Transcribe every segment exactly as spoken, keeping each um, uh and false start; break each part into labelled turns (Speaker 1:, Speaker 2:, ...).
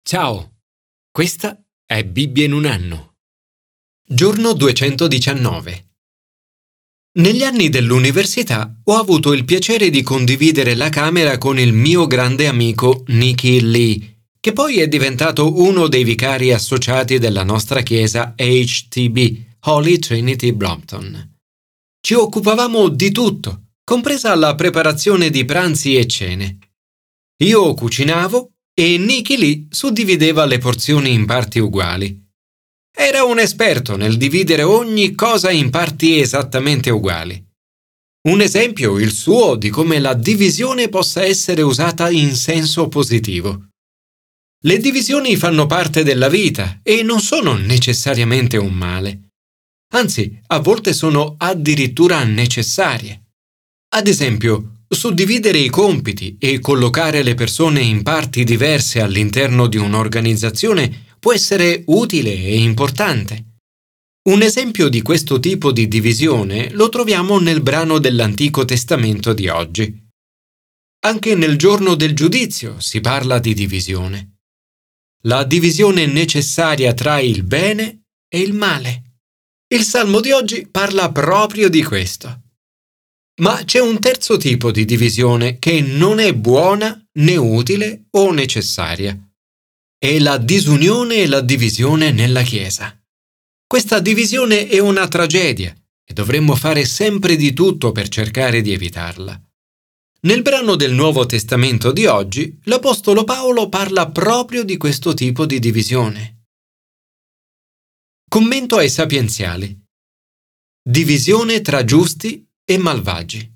Speaker 1: Ciao, questa è Bibbia in un anno. Giorno duecentodiciannove. Negli anni dell'università ho avuto il piacere di condividere la camera con il mio grande amico Nicky Lee, che poi è diventato uno dei vicari associati della nostra chiesa H T B, Holy Trinity Brompton. Ci occupavamo di tutto, compresa la preparazione di pranzi e cene. Io cucinavo e Nicky Lee suddivideva le porzioni in parti uguali. Era un esperto nel dividere ogni cosa in parti esattamente uguali. Un esempio il suo di come la divisione possa essere usata in senso positivo. Le divisioni fanno parte della vita e non sono necessariamente un male. Anzi, a volte sono addirittura necessarie. Ad esempio, suddividere i compiti e collocare le persone in parti diverse all'interno di un'organizzazione può essere utile e importante. Un esempio di questo tipo di divisione lo troviamo nel brano dell'Antico Testamento di oggi. Anche nel giorno del giudizio si parla di divisione. La divisione necessaria tra il bene e il male. Il Salmo di oggi parla proprio di questo. Ma c'è un terzo tipo di divisione che non è buona, né utile o necessaria. È la disunione e la divisione nella Chiesa. Questa divisione è una tragedia e dovremmo fare sempre di tutto per cercare di evitarla. Nel brano del Nuovo Testamento di oggi, l'Apostolo Paolo parla proprio di questo tipo di divisione. Commento ai sapienziali. Divisione tra giusti e malvagi.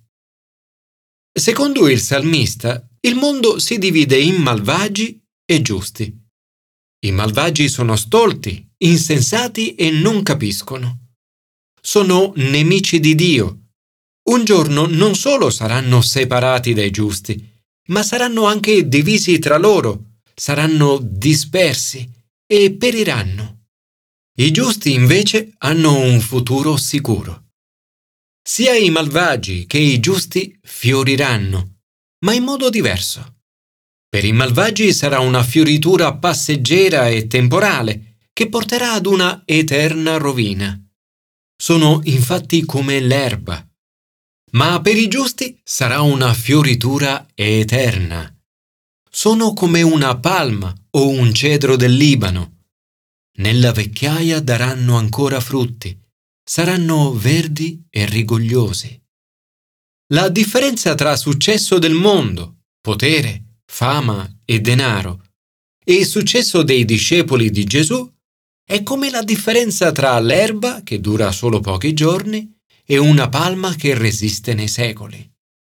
Speaker 1: Secondo il salmista, il mondo si divide in malvagi e giusti. I malvagi sono stolti, insensati e non capiscono. Sono nemici di Dio. Un giorno non solo saranno separati dai giusti, ma saranno anche divisi tra loro, saranno dispersi e periranno. I giusti invece hanno un futuro sicuro. Sia i malvagi che i giusti fioriranno, ma in modo diverso. Per i malvagi sarà una fioritura passeggera e temporale che porterà ad una eterna rovina. Sono infatti come l'erba. Ma per i giusti sarà una fioritura eterna. Sono come una palma o un cedro del Libano. Nella vecchiaia daranno ancora frutti. Saranno verdi e rigogliosi. La differenza tra successo del mondo, potere, fama e denaro e il successo dei discepoli di Gesù è come la differenza tra l'erba che dura solo pochi giorni e una palma che resiste nei secoli.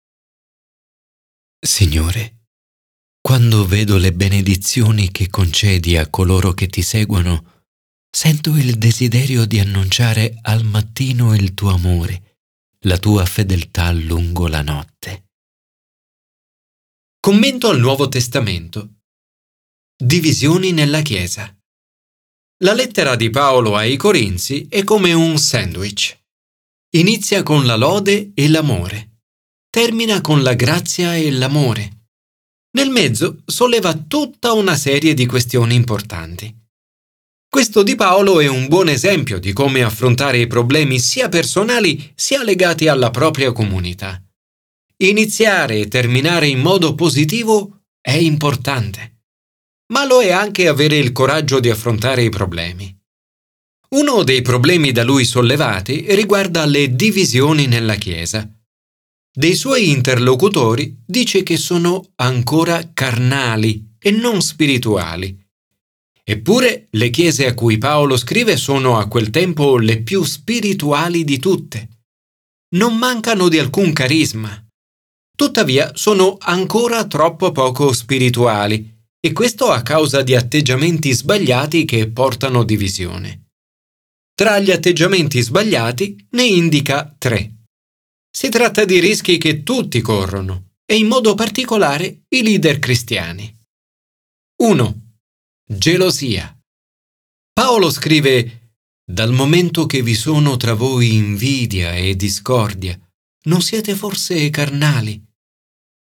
Speaker 2: Signore, quando vedo le benedizioni che concedi a coloro che ti seguono, sento il desiderio di annunciare al mattino il tuo amore, la tua fedeltà lungo la notte.
Speaker 1: Commento al Nuovo Testamento. Divisioni nella Chiesa. La lettera di Paolo ai Corinzi è come un sandwich. Inizia con la lode e l'amore. Termina con la grazia e l'amore. Nel mezzo solleva tutta una serie di questioni importanti. Questo di Paolo è un buon esempio di come affrontare i problemi sia personali sia legati alla propria comunità. Iniziare e terminare in modo positivo è importante, ma lo è anche avere il coraggio di affrontare i problemi. Uno dei problemi da lui sollevati riguarda le divisioni nella Chiesa. Dei suoi interlocutori dice che sono ancora carnali e non spirituali. Eppure le chiese a cui Paolo scrive sono a quel tempo le più spirituali di tutte. Non mancano di alcun carisma. Tuttavia sono ancora troppo poco spirituali e questo a causa di atteggiamenti sbagliati che portano divisione. Tra gli atteggiamenti sbagliati ne indica tre. Si tratta di rischi che tutti corrono e in modo particolare i leader cristiani. uno. Gelosia. Paolo scrive: «Dal momento che vi sono tra voi invidia e discordia, non siete forse carnali?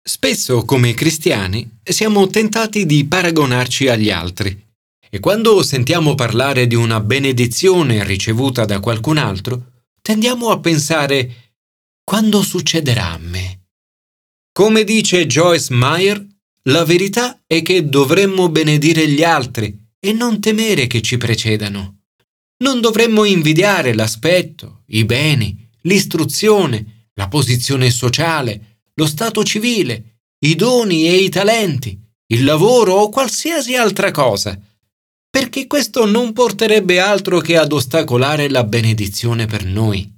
Speaker 1: Spesso, come cristiani, siamo tentati di paragonarci agli altri e quando sentiamo parlare di una benedizione ricevuta da qualcun altro, tendiamo a pensare: quando succederà a me? Come dice Joyce Meyer, la verità è che dovremmo benedire gli altri e non temere che ci precedano. Non dovremmo invidiare l'aspetto, i beni, l'istruzione, la posizione sociale, lo stato civile, i doni e i talenti, il lavoro o qualsiasi altra cosa, perché questo non porterebbe altro che ad ostacolare la benedizione per noi.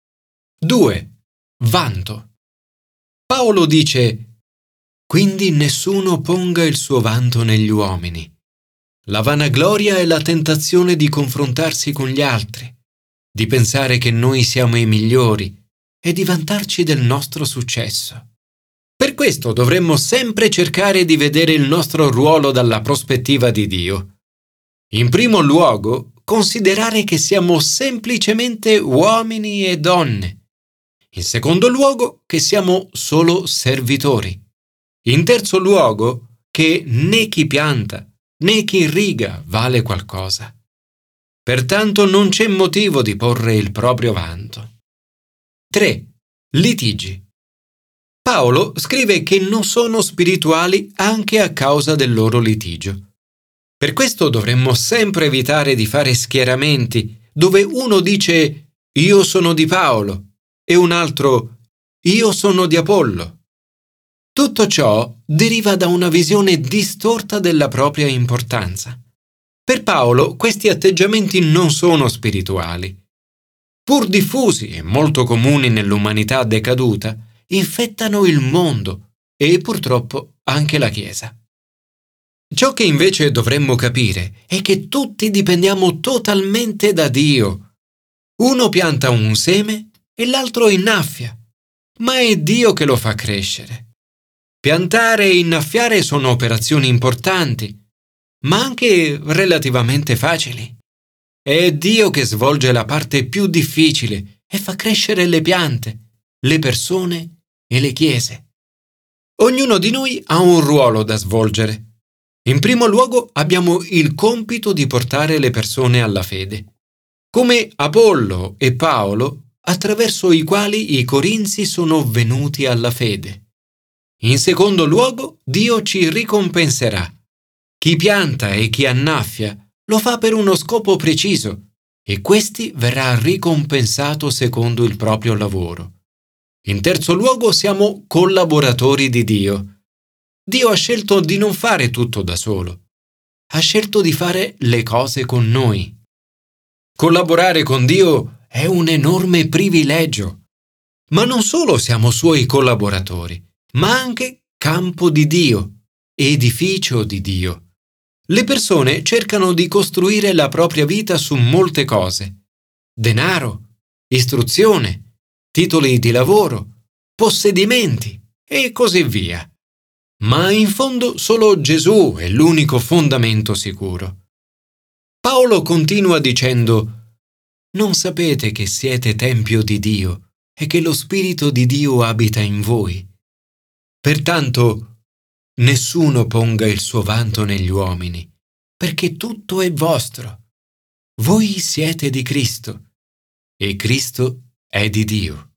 Speaker 1: due. Vanto. Paolo dice: quindi nessuno ponga il suo vanto negli uomini. La vanagloria è la tentazione di confrontarsi con gli altri, di pensare che noi siamo i migliori e di vantarci del nostro successo. Per questo dovremmo sempre cercare di vedere il nostro ruolo dalla prospettiva di Dio. In primo luogo, considerare che siamo semplicemente uomini e donne. In secondo luogo, che siamo solo servitori. In terzo luogo, che né chi pianta né chi irriga vale qualcosa. Pertanto non c'è motivo di porre il proprio vanto. tre. Litigi. Paolo scrive che non sono spirituali anche a causa del loro litigio. Per questo dovremmo sempre evitare di fare schieramenti dove uno dice «io sono di Paolo» e un altro «io sono di Apollo». Tutto ciò deriva da una visione distorta della propria importanza. Per Paolo questi atteggiamenti non sono spirituali. Pur diffusi e molto comuni nell'umanità decaduta, infettano il mondo e purtroppo anche la Chiesa. Ciò che invece dovremmo capire è che tutti dipendiamo totalmente da Dio. Uno pianta un seme e l'altro innaffia, ma è Dio che lo fa crescere. Piantare e innaffiare sono operazioni importanti, ma anche relativamente facili. È Dio che svolge la parte più difficile e fa crescere le piante, le persone e le chiese. Ognuno di noi ha un ruolo da svolgere. In primo luogo abbiamo il compito di portare le persone alla fede, come Apollo e Paolo, attraverso i quali i Corinzi sono venuti alla fede. In secondo luogo, Dio ci ricompenserà. Chi pianta e chi annaffia lo fa per uno scopo preciso e questi verrà ricompensato secondo il proprio lavoro. In terzo luogo, siamo collaboratori di Dio. Dio ha scelto di non fare tutto da solo. Ha scelto di fare le cose con noi. Collaborare con Dio è un enorme privilegio. Ma non solo siamo suoi collaboratori, ma anche campo di Dio, edificio di Dio. Le persone cercano di costruire la propria vita su molte cose: denaro, istruzione, titoli di lavoro, possedimenti e così via. Ma in fondo solo Gesù è l'unico fondamento sicuro. Paolo continua dicendo: «Non sapete che siete tempio di Dio e che lo Spirito di Dio abita in voi? Pertanto, nessuno ponga il suo vanto negli uomini, perché tutto è vostro. Voi siete di Cristo, e Cristo è di Dio».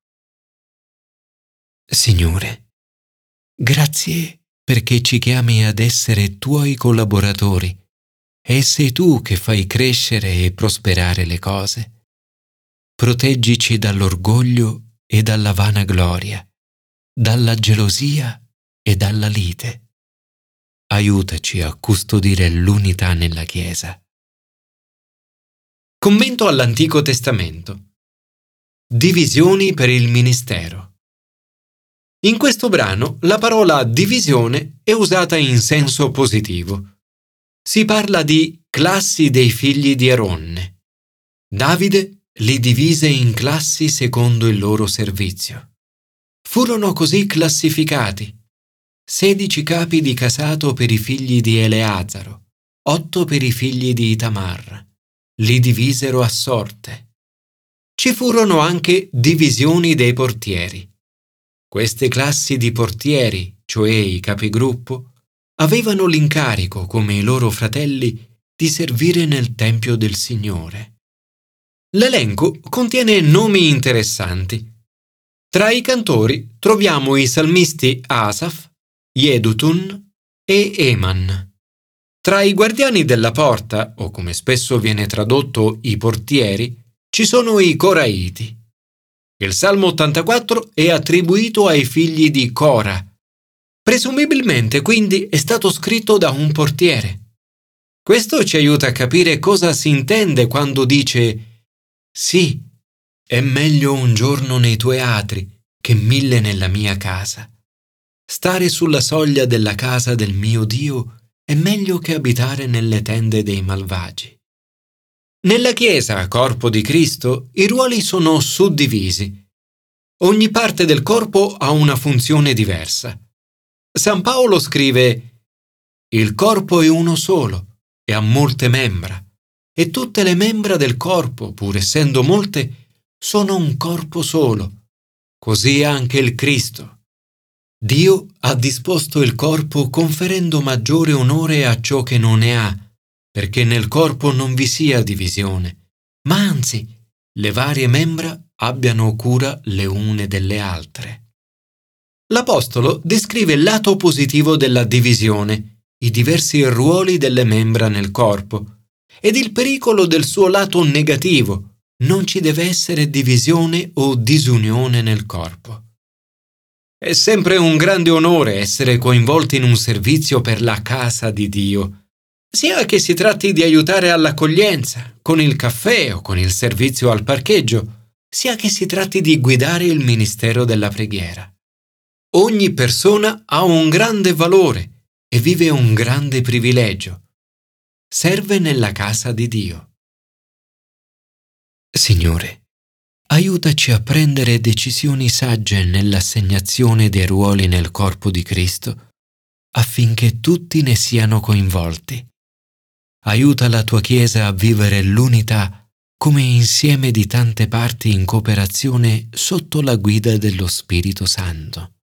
Speaker 1: Signore, grazie perché ci chiami ad essere tuoi collaboratori, e sei tu che fai crescere e prosperare le cose. Proteggici dall'orgoglio e dalla vanagloria, dalla gelosia e dalla lite. Aiutaci a custodire l'unità nella Chiesa. Commento all'Antico Testamento. Divisioni per il ministero. In questo brano la parola divisione è usata in senso positivo. Si parla di classi dei figli di Aronne. Davide li divise in classi secondo il loro servizio. Furono così classificati: sedici capi di casato per i figli di Eleazaro, otto per i figli di Itamar. Li divisero a sorte. Ci furono anche divisioni dei portieri. Queste classi di portieri cioè i capigruppo, avevano l'incarico, come i loro fratelli, di servire nel Tempio del Signore. L'elenco contiene nomi interessanti. Tra i cantori troviamo i salmisti Asaf, Yedutun e Eman. Tra i guardiani della porta, o come spesso viene tradotto i portieri, ci sono i Coraiti. Il Salmo ottantaquattro è attribuito ai figli di Cora. Presumibilmente, quindi, è stato scritto da un portiere. Questo ci aiuta a capire cosa si intende quando dice: «Sì, è meglio un giorno nei tuoi atri che mille nella mia casa. Stare sulla soglia della casa del mio Dio è meglio che abitare nelle tende dei malvagi». Nella Chiesa, corpo di Cristo, i ruoli sono suddivisi. Ogni parte del corpo ha una funzione diversa. San Paolo scrive: «Il corpo è uno solo e ha molte membra, e tutte le membra del corpo, pur essendo molte, sono un corpo solo. Così anche il Cristo. Dio ha disposto il corpo conferendo maggiore onore a ciò che non ne ha, perché nel corpo non vi sia divisione, ma anzi le varie membra abbiano cura le une delle altre». L'Apostolo descrive il lato positivo della divisione, i diversi ruoli delle membra nel corpo, ed il pericolo del suo lato negativo: non ci deve essere divisione o disunione nel corpo. È sempre un grande onore essere coinvolti in un servizio per la casa di Dio, sia che si tratti di aiutare all'accoglienza, con il caffè o con il servizio al parcheggio, sia che si tratti di guidare il ministero della preghiera. Ogni persona ha un grande valore e vive un grande privilegio. Serve nella casa di Dio. Signore, aiutaci a prendere decisioni sagge nell'assegnazione dei ruoli nel corpo di Cristo, affinché tutti ne siano coinvolti. Aiuta la tua Chiesa a vivere l'unità come insieme di tante parti in cooperazione sotto la guida dello Spirito Santo.